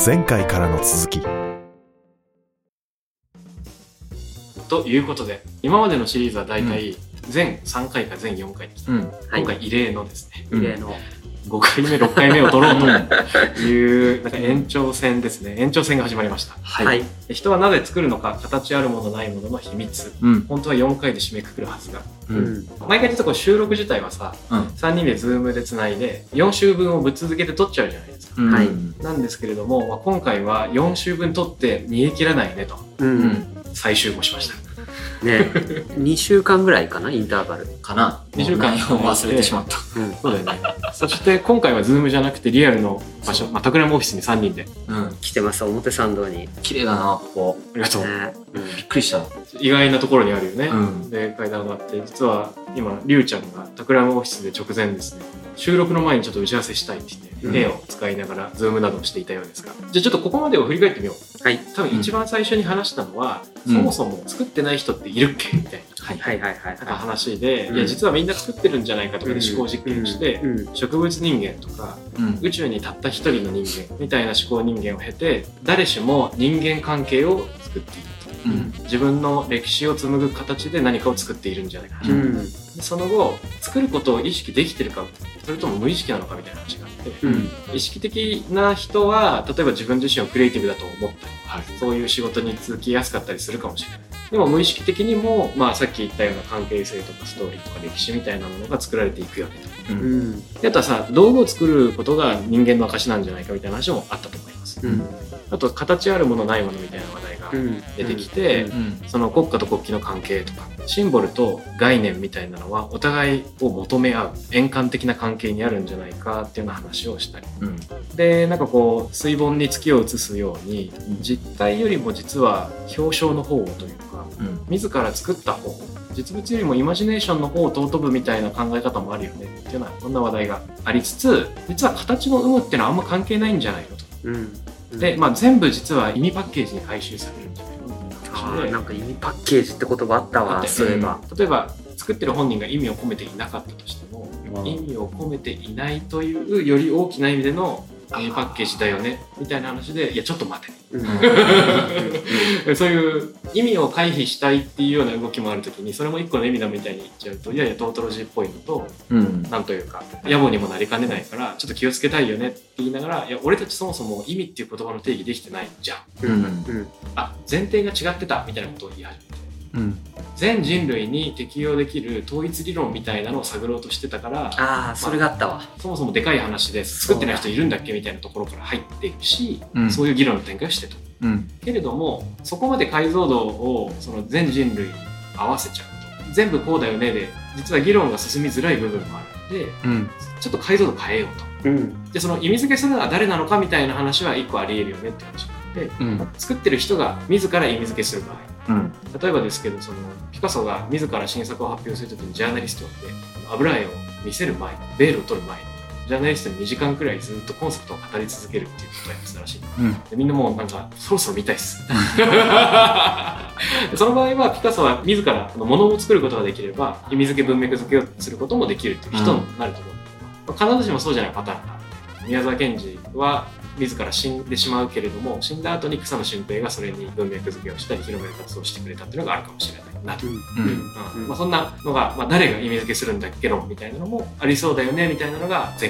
前回からの続きということで、今までのシリーズはだいたい全3回か全4回でした、今回異例のですね、 異例の 5回目6回目を取ろうというなんか延長戦ですね。延長戦が始まりました。 はい、 人はなぜ作るのか、形あるものないものの秘密、本当は4回で締めくくるはずが、毎回実はこう収録自体はさ、3人でズームでつないで4週分をぶっ続けて撮っちゃうじゃないですか、なんですけれども、今回は4週分撮って逃げ切らないねと、最終もしましたね。2週間ぐらいかな、インターバルかな。 2週間忘れてしまった。 そうだよね。そして今回はズームじゃなくてリアルの場所、タクラムオフィスに3人で来てます。表参道に。 綺麗だな、ここ。 ありがとう。 びっくりした。 意外なところにあるよね。で、階段があって、実は今りゅうちゃんがタクラムオフィスで直前ですね、収録の前にちょっと打ち合わせしたいって言って、絵を使いながらズームなどをしていたようですが、じゃあちょっとここまでを振り返ってみよう。はい。多分一番最初に話したのは、そもそも作ってない人っているっけみたいな話で、いや実はみんな作ってるんじゃないかとかで思考実験をして、植物人間とか、宇宙にたった一人の人間みたいな思考人間を経て、誰しも人間関係を作っていると、自分の歴史を紡ぐ形で何かを作っているんじゃないかな、その後作ることを意識できてるか、それとも無意識なのかみたいな話があって、意識的な人は例えば自分自身をクリエイティブだと思ったり、そういう仕事に就きやすかったりするかもしれない。でも無意識的にも、さっき言ったような関係性とかストーリーとか歴史みたいなものが作られていくよねと、であとはさ、道具を作ることが人間の証なんじゃないかみたいな話もあったと思います、あと形あるものないものみたいな話題が出てきて、その国家と国旗の関係とかシンボルと概念みたいなのはお互いを求め合う円環的な関係にあるんじゃないかっていうような話をしたり、でなんかこう水盆に月を移すように、実体よりも実は表象の方というか、自ら作った方、実物よりもイマジネーションの方を尊ぶみたいな考え方もあるよねっていうような、そんな話題がありつつ、実は形の有無っていうのはあんま関係ないんじゃないのと、で、全部実は意味パッケージに回収されるんじゃないのって話で、 なんか意味パッケージって言葉あったわ、そういえば。 例えば作ってる本人が意味を込めていなかったとしても、意味を込めていないというより大きな意味でのパッケージだよねみたいな話で、いやちょっと待て、そういう意味を回避したいっていうような動きもあるときに、それも一個の意味だみたいに言っちゃうと、いやいやトートロジーっぽいのと、なんというか野暮にもなりかねないからちょっと気をつけたいよねって言いながら、いや俺たちそもそも意味っていう言葉の定義できてないじゃん、前提が違ってたみたいなことを言い始めて、全人類に適用できる統一理論みたいなのを探ろうとしてたから、 それがあったわ。 そもそもでかい話で作ってない人いるんだっけみたいなところから入っているし、そういう議論の展開をしてと、けれどもそこまで解像度をその全人類に合わせちゃうと、全部こうだよねで実は議論が進みづらい部分もあるので、ちょっと解像度変えようと、でその意味付けするのは誰なのかみたいな話は一個ありえるよねって話があって、作ってる人が自ら意味付けする場合、例えばですけど、そのピカソが自ら新作を発表するときにジャーナリストって油絵を見せる前、ベールを取る前にジャーナリストに2時間くらいずっとコンセプトを語り続けるっていうことをやってたらしい、でみんなもうなんかそろそろ見たいっすその場合はピカソは自ら物を作ることができれば意味付け文脈付けをすることもできるっていう人になると思う、必ずしもそうじゃないパターンがあって、宮沢賢治は自ら死んでしまうけれども、死んだ後に草野俊平がそれに文脈付けをしたり広める活動をしてくれたっていうのがあるかもしれないなと、そんなのが、誰が意味付けするんだっけのみたいなのもありそうだよねみたいなのが前回です。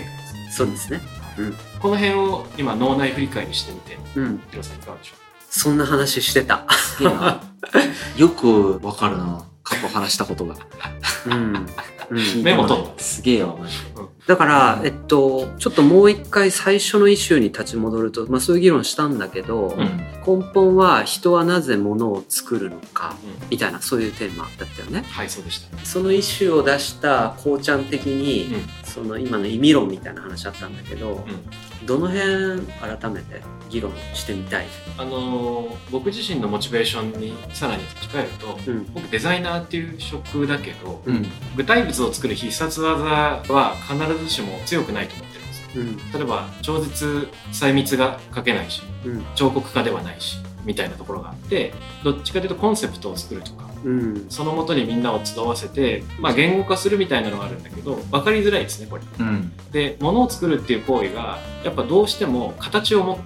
そうですね、 この辺を今脳内振り返りしてみて、ヒロさんいかがでしょう。 そんな話してたよくわかるな、過去話したことがメモ取った。 すげえよマジで。 だから、ちょっともう一回最初のイシューに立ち戻ると、そういう議論したんだけど、根本は人はなぜ物を作るのか、みたいなそういうテーマだったよね。 はい、そうでした。 そのイシューを出したこうちゃん的に、その今の意味論みたいな話あったんだけど、どの辺改めて議論してみたい？ 僕自身のモチベーションにさらに立ち返ると、僕デザイナーっていう職だけど、具体物を作る必殺技は必ずしも強くないと思ってるんですよ。例えば超絶細密が書けないし、彫刻家ではないしみたいなところがあって、どっちかというとコンセプトを作るとか、そのもとにみんなを集わせて、言語化するみたいなのがあるんだけど、分かりづらいですねこれ、で物を作るっていう行為がやっぱどうしても形を持ってるとか、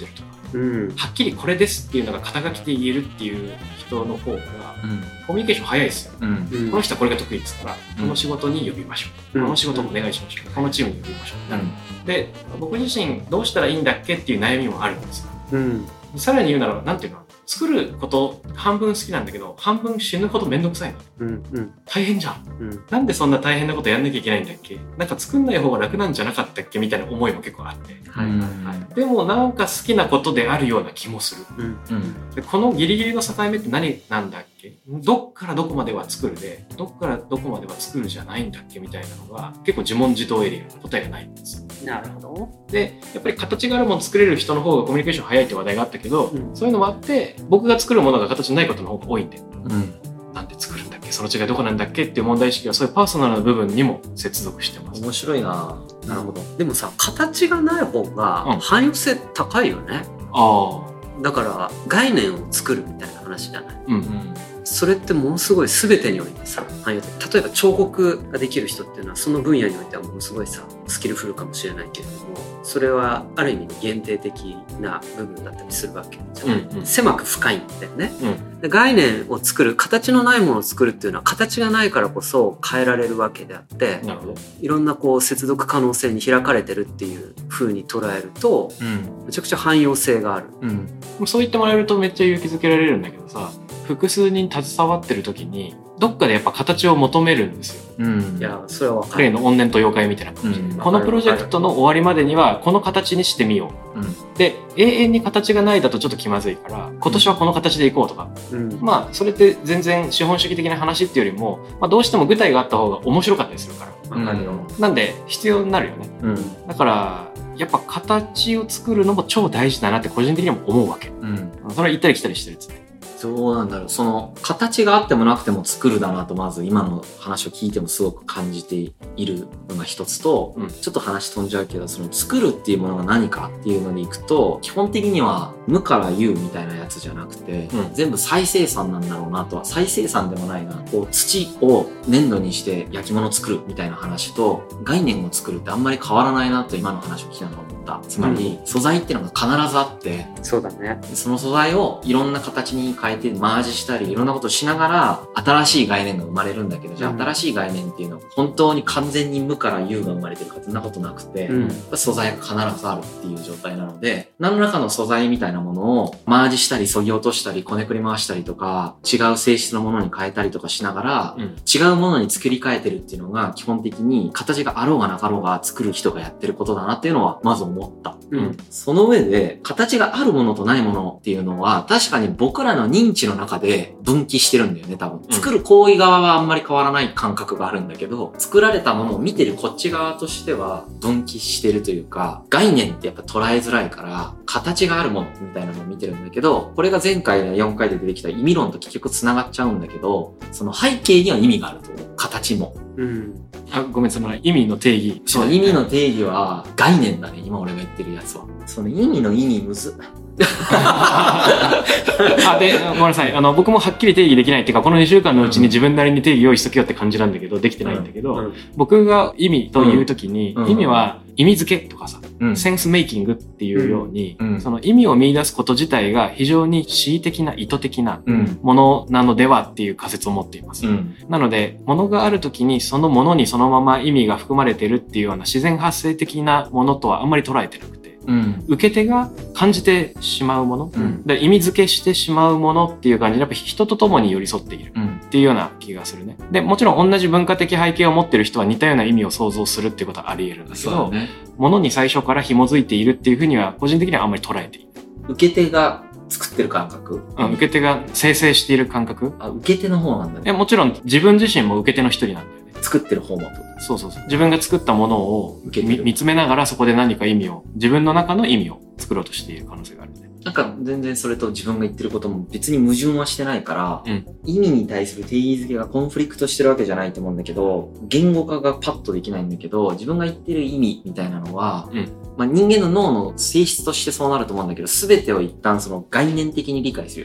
はっきりこれですっていうのが肩書きで言えるっていう人の方が、コミュニケーション早いですよ。この人はこれが得意ですから、この仕事に呼びましょう。この仕事をお願いしましょう。このチームに呼びましょう。で、僕自身どうしたらいいんだっけっていう悩みもあるんですよ。さらに言うなら、なんていうの、作ること半分好きなんだけど、半分死ぬほどめんどくさいの。大変じゃん。なんでそんな大変なことやんなきゃいけないんだっけ？なんか作んない方が楽なんじゃなかったっけみたいな思いも結構あって。でもなんか好きなことであるような気もする。でこのギリギリの境目って何なんだっけ？どっからどこまでは作るで、どっからどこまでは作るじゃないんだっけみたいなのが結構自問自答エリア、答えがないんです。 なるほど。 で、やっぱり形があるもの作れる人の方がコミュニケーション早いって話題があったけど、そういうのもあって、僕が作るものが形ないことの方が多いんで、なんで作るんだっけ、その違いどこなんだっけっていう問題意識がそういうパーソナルな部分にも接続してます。 面白いな。なるほど。 でもさ、形がない方が汎用性高いよね。だから概念を作るみたいな話じゃない。それってものすごい全てにおいてさ、例えば彫刻ができる人っていうのはその分野においてはものすごいさスキルフルかもしれないけれども、それはある意味で限定的な部分だったりするわけじゃない、狭く深いんだよね、で概念を作る、形のないものを作るっていうのは形がないからこそ変えられるわけであって、いろんなこう接続可能性に開かれてるっていう風に捉えると、めちゃくちゃ汎用性がある、 そう言ってもらえるとめっちゃ勇気づけられるんだけどさ、複数人携わってる時にどっかでやっぱ形を求めるんですよ。 いや、それは分かる。 例の怨念と妖怪みたいな感じで、このプロジェクトの終わりまでにはこの形にしてみよう、で永遠に形がないだとちょっと気まずいから今年はこの形でいこうとか、まあそれって全然資本主義的な話っていうよりも、どうしても具体があった方が面白かったりするから、なんで必要になるよね、だからやっぱ形を作るのも超大事だなって個人的にも思うわけ、それは行ったり来たりしてるっつって。 どうなんだろう、その形があってもなくても作るだなとまず今の話を聞いてもすごく感じているのが一つと、ちょっと話飛んじゃうけど、その作るっていうものが何かっていうのでいくと、基本的には無から有みたいなやつじゃなくて、全部再生産なんだろうなとは、再生産でもないな、こう土を粘土にして焼き物を作るみたいな話と概念を作るってあんまり変わらないなと今の話を聞きながら思った。つまり、素材っていうのが必ずあって、 そうだね。 その素材をいろんな形に変えてマージしたりいろんなことをしながら新しい概念が生まれるんだけど、じゃあ新しい概念っていうのは本当に完全に無から有が生まれてるかそんなことなくて、素材が必ずあるっていう状態なので、何らかの素材みたいなものをマージしたり削ぎ落としたりこねくり回したりとか違う性質のものに変えたりとかしながら、違うものに作り変えてるっていうのが基本的に形があろうがなかろうが作る人がやってることだなっていうのはまず思った。その上で形があるものとないものっていうのは確かに僕らの認知の中で分岐してるんだよね、多分。作る行為側はあんまり変わらない感覚があるんだけど、作られたものを見てるこっち側としては分岐してるというか、概念ってやっぱ捉えづらいから形があるものみたいなのを見てるんだけど、これが前回の4回で出てきた意味論と結局繋がっちゃうんだけど、その背景には意味があると思う。形も。 ごめん、その意味の定義。 そう、意味の定義は概念だね、今俺が言ってるやつは。その意味の意味むずっ。 で、ごめんなさい。僕もはっきり定義できないっていうか、この2週間のうちに自分なりに定義用意しとけよって感じなんだけど、できてないんだけど、僕が意味というときに、意味は意味付けとかさ、センスメイキングっていうように、その意味を見出すこと自体が非常に恣意的な意図的なものなのではっていう仮説を持っています。なので、ものがあるときにそのものにそのまま意味が含まれてるっていうような自然発生的なものとはあんまり捉えてなくて、受け手が感じてしまうもの、で意味付けしてしまうものっていう感じでやっぱ人と共に寄り添っているっていうような気がするね。でもちろん同じ文化的背景を持っている人は似たような意味を想像するっていうことはあり得るんだけど、ものに最初から紐づいているっていうふうには個人的にはあんまり捉えていない。 受け手が作ってる感覚、 受け手が生成している感覚。 受け手の方なんだね。 もちろん自分自身も受け手の一人なんだよね。 作ってる方も。 そう。自分が作ったものを見つめながらそこで何か意味を、自分の中の意味を作ろうとしている可能性があるね。 なんか全然それと自分が言ってることも別に矛盾はしてないから、意味に対する定義づけがコンフリクトしてるわけじゃないと思うんだけど、言語化がパッとできないんだけど、自分が言ってる意味みたいなのは、人間の脳の性質としてそうなると思うんだけど、全てを一旦その概念的に理解するよね。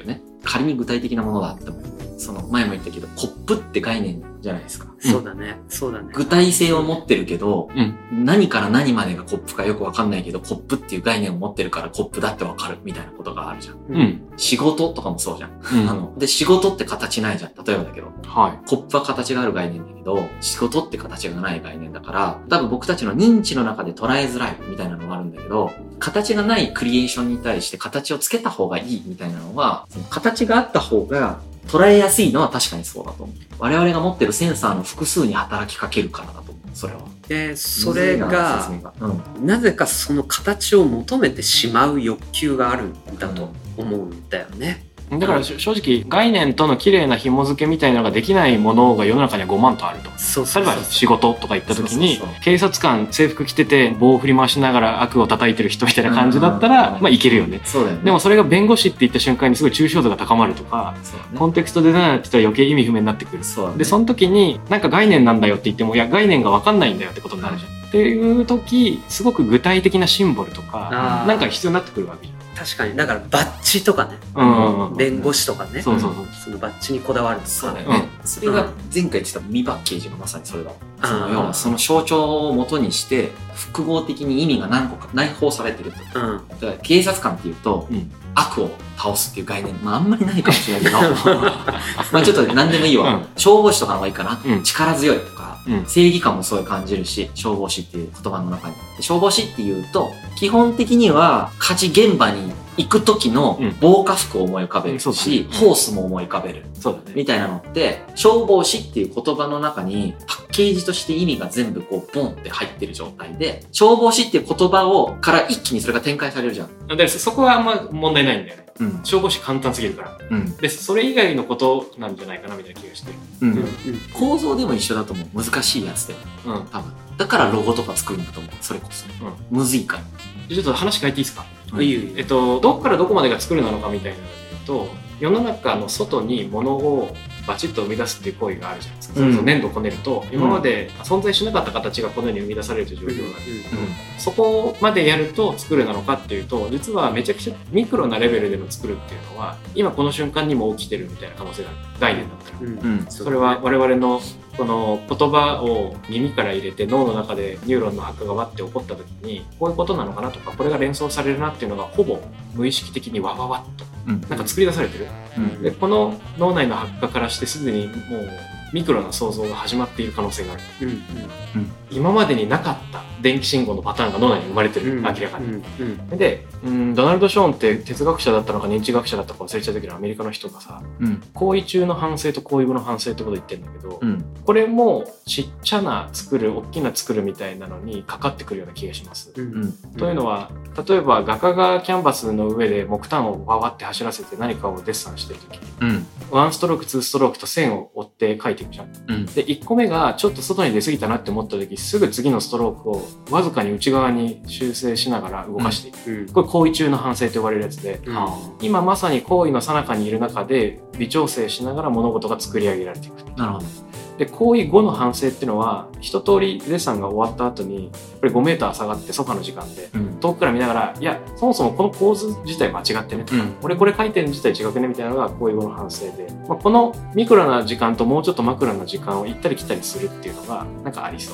仮に具体的なものだっても、その前も言ったけど、コップって概念じゃないですか。 そうだね。そうだね。 具体性を持ってるけど、何から何までがコップかよくわかんないけど、コップっていう概念を持ってるからコップだってわかるみたいなことがあるじゃん。仕事とかもそうじゃん。で、仕事って形ないじゃん。例えばだけど。コップは形がある概念だけど、仕事って形がない概念だから、多分僕たちの認知の中で捉えづらいみたいなのがあるんだけど、形がないクリエーションに対して形をつけた方がいいみたいなのは、その形があった方が捉えやすいのは確かにそうだと思う。我々が持ってるセンサーの複数に働きかけるからだと思う。それは。 で、それが、なぜかその形を求めてしまう欲求があるんだと思うんだよね。 だから正直概念との綺麗な紐付けみたいなのができないものが世の中には5万とあると。例えば仕事とか言った時に警察官制服着てて棒を振り回しながら悪を叩いてる人みたいな感じだったらまあいけるよね。でもそれが弁護士って言った瞬間にすごい抽象度が高まるとか、コンテクストデザイナーって言ったら余計意味不明になってくる。でその時になんか概念なんだよって言ってもいや概念が分かんないんだよってことになるじゃん。っていう時すごく具体的なシンボルとかなんか必要になってくるわけじゃん。 確かに。だからバッジとかね、弁護士とかね、そのバッジにこだわるとか。 そうだよね。それが前回言ってた未パッケージがまさにそれだ。要はその象徴を元にして複合的に意味が何個か内包されてると。だから警察官っていうと、悪を倒すっていう概念、あんまりないかもしれないけどまあちょっと何でもいいわ。消防士とかの方がいいかな。力強いとか、正義感もそういう感じるし、消防士っていう言葉の中に。消防士っていうと、基本的には火事現場に行く時の防火服を思い浮かべるし、ホースも思い浮かべる。みたいなのって、消防士っていう言葉の中にパッケージとして意味が全部こうボンって入ってる状態で、消防士っていう言葉から一気にそれが展開されるじゃん。 でそこはあんま問題ないんだよね。消防士簡単すぎるから。でそれ以外のことなんじゃないかなみたいな気がして。 構造でも一緒だと思う。難しいやつで。多分。だからロゴとか作るんだと思う。それこそ。むずいから。 ちょっと話変えていいですか？どっからどこまでが作るなのかみたいなので言うと、世の中の外に物をバチッと生み出すっていう行為があるじゃないですか。それこそ粘土をこねると、今まで存在しなかった形がこのように生み出されるという状況がある。そこまでやると作るなのかっていうと、実はめちゃくちゃミクロなレベルでの作るっていうのは今この瞬間にも起きてるみたいな可能性がある。概念だったら、それは我々のこの言葉を耳から入れて脳の中でニューロンの発火がわって起こった時にこういうことなのかなとか、これが連想されるなっていうのがほぼ無意識的にわわわっとなんか作り出されてる。でこの脳内の発火からしてすでにもうミクロな想像が始まっている可能性がある。今までになかった電気信号のパターンが脳内に生まれてる。明らかに。で、ドナルド・ショーンって哲学者だったのか認知学者だったか忘れちゃったけど、アメリカの人がさ、行為中の反省と行為後の反省ってことを言ってるんだけど、これもちっちゃな作る大きな作るみたいなのにかかってくるような気がします。というのは例えば画家がキャンバスの上で木炭をわわって走らせて何かをデッサンしてる時に、1ストローク2ストロークと線を追って描いていくじゃん。で1個目がちょっと外に出過ぎたなって思った時、すぐ次のストロークをわずかに内側に修正しながら動かしていく。これ行為中の反省と呼ばれるやつで、今まさに行為の最中にいる中で微調整しながら物事が作り上げられていく。 なるほど。 で行為後の反省っていうのは一通りデッサンが終わった後にやっぱり5メーター下がってソファの時間で、遠くから見ながらいやそもそもこの構図自体間違ってねとか、俺これ書いてる自体違くねみたいなのが行為後の反省で、このミクロな時間ともうちょっとマクロな時間を行ったり来たりするっていうのがなんかありそう、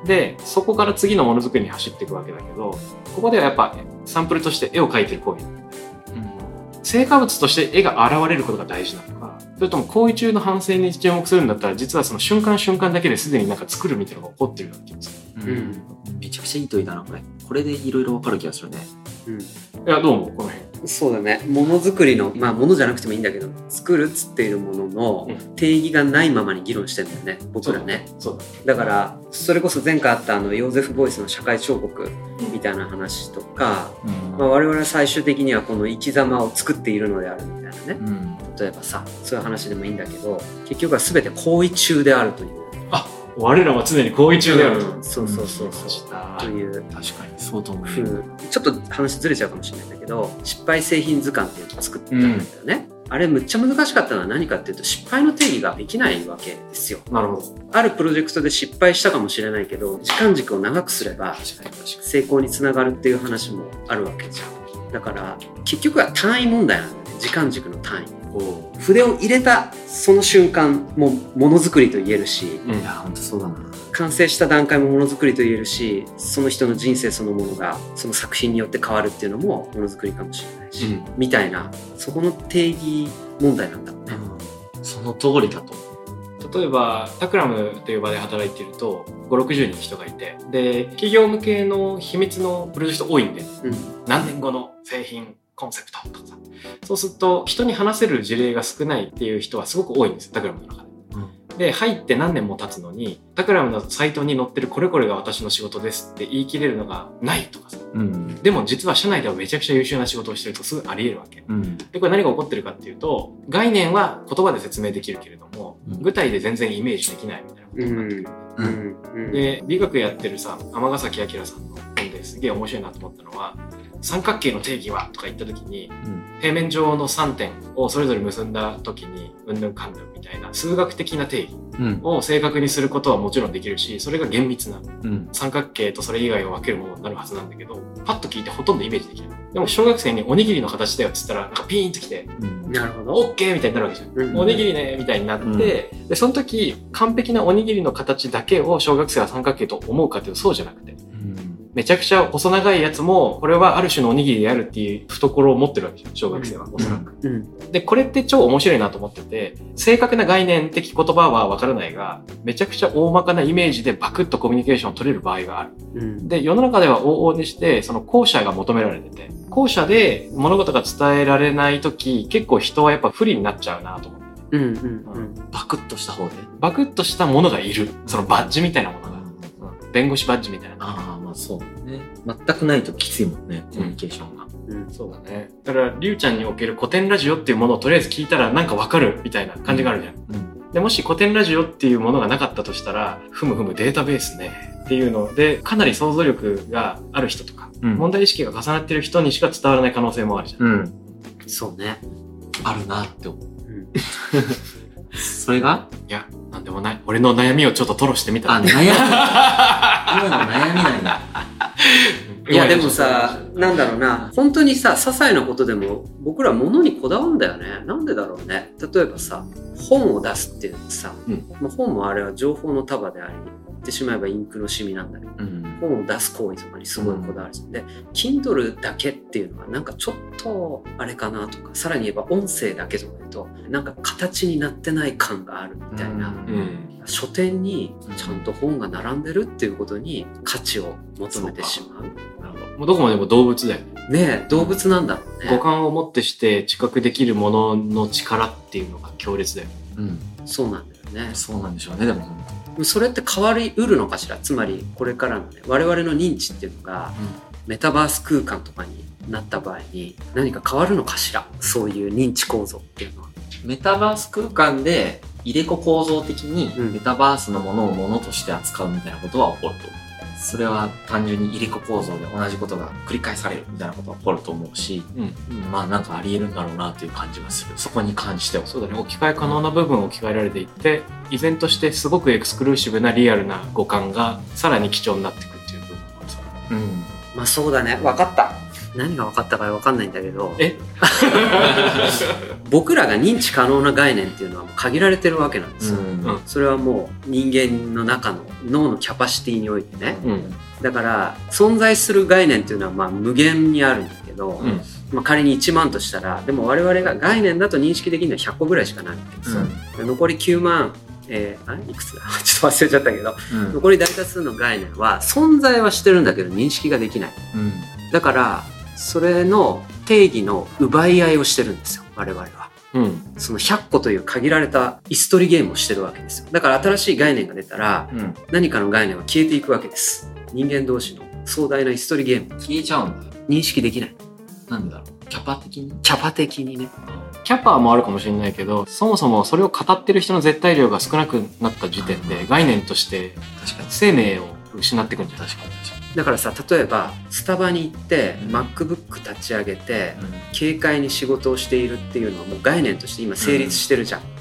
でそこから次のものづくりに走っていくわけだけど、ここではやっぱサンプルとして絵を描いてる行為、成果物として絵が現れることが大事なのか、それとも行為中の反省に注目するんだったら実はその瞬間瞬間だけですでになんか作るみたいなのが起こってるような気がする。 めちゃくちゃいい問いだなこれでいろいろ分かる気がするね。 いやどうもこの辺。 そうだね。ものづくりのものじゃなくてもいいんだけど、作るっつっているものの定義がないままに議論してるんだよね、僕らね。だからそれこそ前回あったヨーゼフ・ボイスの社会彫刻みたいな話とか、我々は最終的にはこの生き様を作っているのであるみたいなね、例えばさ、そういう話でもいいんだけど、結局は全て行為中であるという。 我らは常に行為中である。 そうという、 確かにそうと思う。 ちょっと話ずれちゃうかもしれないんだけど、失敗製品図鑑っていうのを作ったんだよね。あれむっちゃ難しかったのは何かっていうと、失敗の定義ができないわけですよ。 なるほど。 あるプロジェクトで失敗したかもしれないけど、時間軸を長くすれば成功につながるっていう話もあるわけじゃん。だから結局は単位問題なんだよね。 時間軸の単位。筆を入れたその瞬間もものづくりと言えるし、 いや本当そうだな。 完成した段階もものづくりと言えるし、その人の人生そのものがその作品によって変わるっていうのもものづくりかもしれないし、みたいな、そこの定義問題なんだろうね。 その通りだと。 例えばタクラムという場で働いていると5、60人人がいて、で企業向けの秘密のプロジェクト多いんで、何年後の製品コンセプトとかさ、そうすると人に話せる事例が少ないっていう人はすごく多いんですよ、タクラムの中で。で入って何年も経つのにタクラムのサイトに載ってるこれこれが私の仕事ですって言い切れるのがないとかさ、でも実は社内ではめちゃくちゃ優秀な仕事をしてるとすぐあり得るわけ、でこれ何が起こってるかっていうと、概念は言葉で説明できるけれども、具体で全然イメージできないみたいなことになってくる、で美学やってるさ尼崎明さんの本ですげえ面白いなと思ったのは、三角形の定義はとか言った時に、平面上の3点をそれぞれ結んだ時にうんぬんかんぬんみたいな数学的な定義を正確にすることはもちろんできるし、それが厳密な、三角形とそれ以外を分けるものになるはずなんだけど、パッと聞いてほとんどイメージできない。でも小学生におにぎりの形だよっつったらなんかピーンときて、 なるほど OK みたいになるわけじゃん、おにぎりねみたいになって、でその時完璧なおにぎりの形だけを小学生は三角形と思うかっていうとそうじゃなくて、めちゃくちゃ細長いやつもこれはある種のおにぎりであるっていう懐を持ってるわけじゃん、小学生はおそらく、でこれって超面白いなと思ってて、正確な概念的言葉は分からないがめちゃくちゃ大まかなイメージでバクッとコミュニケーションを取れる場合がある、で世の中では往々にしてその後者が求められてて、後者で物事が伝えられない時結構人はやっぱ不利になっちゃうなと思って、 バクッとした方でバクッとしたものがいる、そのバッジみたいなものが、弁護士バッジみたいな。 ああまあそうだね。全くないときついもんね、コミュニケーションが。 そうだね。だからりゅうちゃんにおける古典ラジオっていうものをとりあえず聞いたらなんかわかるみたいな感じがあるじゃん、でもし古典ラジオっていうものがなかったとしたら、ふむふむデータベースねっていうのでかなり想像力がある人とか、問題意識が重なってる人にしか伝わらない可能性もあるじゃん、 そうね、 あるなって思う、それがいやなんでもない、俺の悩みをちょっと吐露してみたら、 悩み今の悩みなんだいやでもさ、なんだろうな、本当にさ些細なことでも僕ら物にこだわるんだよね。なんでだろうね。例えばさ本を出すっていうのさ、本もあれは情報の束であり、言ってしまえばインクのシミなんだけど、本を出す行為とかにすごいこだわるし、で Kindle だけっていうのはなんかちょっとあれかなとか、さらに言えば音声だけとか言うとなんか形になってない感があるみたいな、書店にちゃんと本が並んでるっていうことに価値を求めてしまう。 なるほど。もうどこまでも動物だよね。 ねえ、動物なんだろうね。 五感をもってして知覚できるものの力っていうのが強烈だよね。 そうなんだよね。 そうなんでしょうね。でもそれって変わりうるのかしら。つまりこれからのね、我々の認知っていうのが、メタバース空間とかになった場合に何か変わるのかしら。そういう認知構造っていうのは。 メタバース空間で入れ子構造的にメタバースのものをものとして扱うみたいなことは起こると思う。それは単純に入れ子構造で同じことが繰り返されるみたいなことは起こると思うし、まあなんかあり得るんだろうなという感じがする。そこに関しては。 そうだね。置き換え可能な部分を置き換えられていって、依然としてすごくエクスクルーシブなリアルな五感がさらに貴重になっていくっていう部分もあるさ。 まあそうだね。分かった。何が分かったか分かんないんだけど、僕らが認知可能な概念っていうのはもう限られてるわけなんですよ、それはもう人間の中の脳のキャパシティにおいてね、だから存在する概念っていうのはまあ無限にあるんだけど、まあ、仮に1万としたら、でも我々が概念だと認識できるのは100個ぐらいしかないわけですよ、残り9万いくつだちょっと忘れちゃったけど、残り大多数の概念は存在はしてるんだけど認識ができない、だからそれの定義の奪い合いをしてるんですよ我々は、その100個という限られた椅子取りゲームをしてるわけですよ。だから新しい概念が出たら、何かの概念は消えていくわけです。人間同士の壮大な椅子取りゲーム消えちゃうんだよ。 認識できない。 なんだろう、キャパ的にね。 キャパもあるかもしれないけど、そもそもそれを語ってる人の絶対量が少なくなった時点で概念として生命を失っていくんじゃないですか。 だからさ、例えばスタバに行って MacBook 立ち上げて、軽快に仕事をしているっていうのはもう概念として今成立してるじゃん、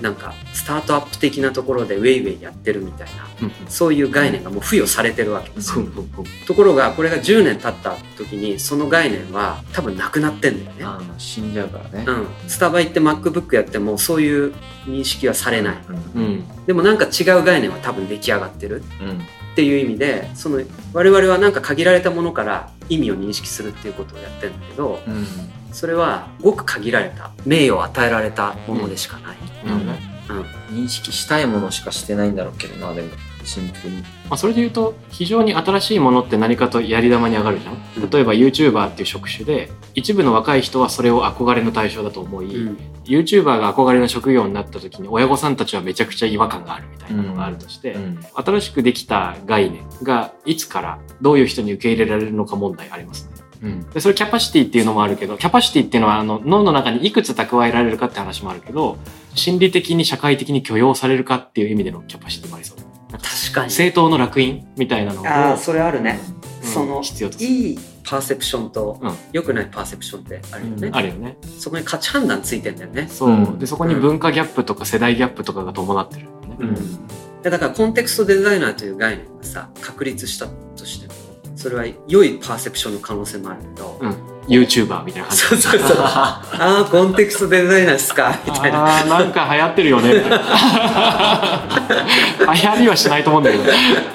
なんかスタートアップ的なところでウェイウェイやってるみたいな、そういう概念がもう付与されてるわけですよ。ところがこれが10年経った時にその概念は多分なくなってんだよね。 死んじゃうからね。 スタバ行って MacBook やってもそういう認識はされない。でもなんか違う概念は多分出来上がってる。っていう意味でその我々はなんか限られたものから意味を認識するっていうことをやってるんだけど、それはごく限られた名誉を与えられたものでしかない。 認識したいものしかしてないんだろうけどな。でもシンプルに、 それで言うと非常に新しいものって何かとやり玉に上がるじゃん。例えば YouTuber っていう職種で一部の若い人はそれを憧れの対象だと思い、YouTuber が憧れの職業になった時に親御さんたちはめちゃくちゃ違和感があるみたいなのがあるとして、新しくできた概念がいつからどういう人に受け入れられるのか問題ありますね。でそれキャパシティっていうのもあるけど、キャパシティっていうのは脳の中にいくつ蓄えられるかって話もあるけど、心理的に社会的に許容されるかっていう意味でのキャパシティもありそう。 確かに正当の烙印みたいなのをそれあるね。その必要とする。 いいパーセプションと良くないパーセプションってあるよね。 あるよね。 そこに価値判断ついてんだよね。 そうでそこに文化ギャップとか世代ギャップとかが伴ってるよね。 だからコンテクストデザイナーという概念がさ確立したとしてもそれは良いパーセプションの可能性もあるけど、 YouTuber みたいな感じ。 そうコンテクストデザイナーっすかみたいな。 なんか流行ってるよねみたいな。流行りはしないと思うんだけど。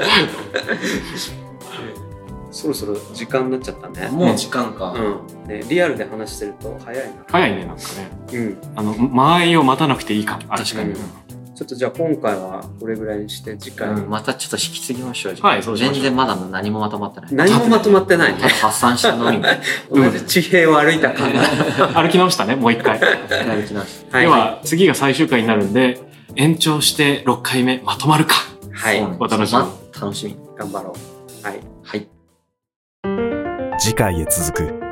そろそろ時間になっちゃったね。 もう時間か。 ね、リアルで話してると早いな。 早いね、なんかね。間合いを待たなくていいかも。 確かに。ちょっとじゃあ今回はこれぐらいにして次回、 またちょっと引き継ぎましょう。 はい、そうしましょう。 全然まだ何もまとまってない。 何もまとまってないね。 発散したのに。 同じ地平を歩いた感じ。 歩き直したね、もう一回。 歩き直した。 では次が最終回になるんで延長して6回目まとまるか。 はい。 お楽しみに。 楽しみ。頑張ろう。はい。 はい。 次回へ続く。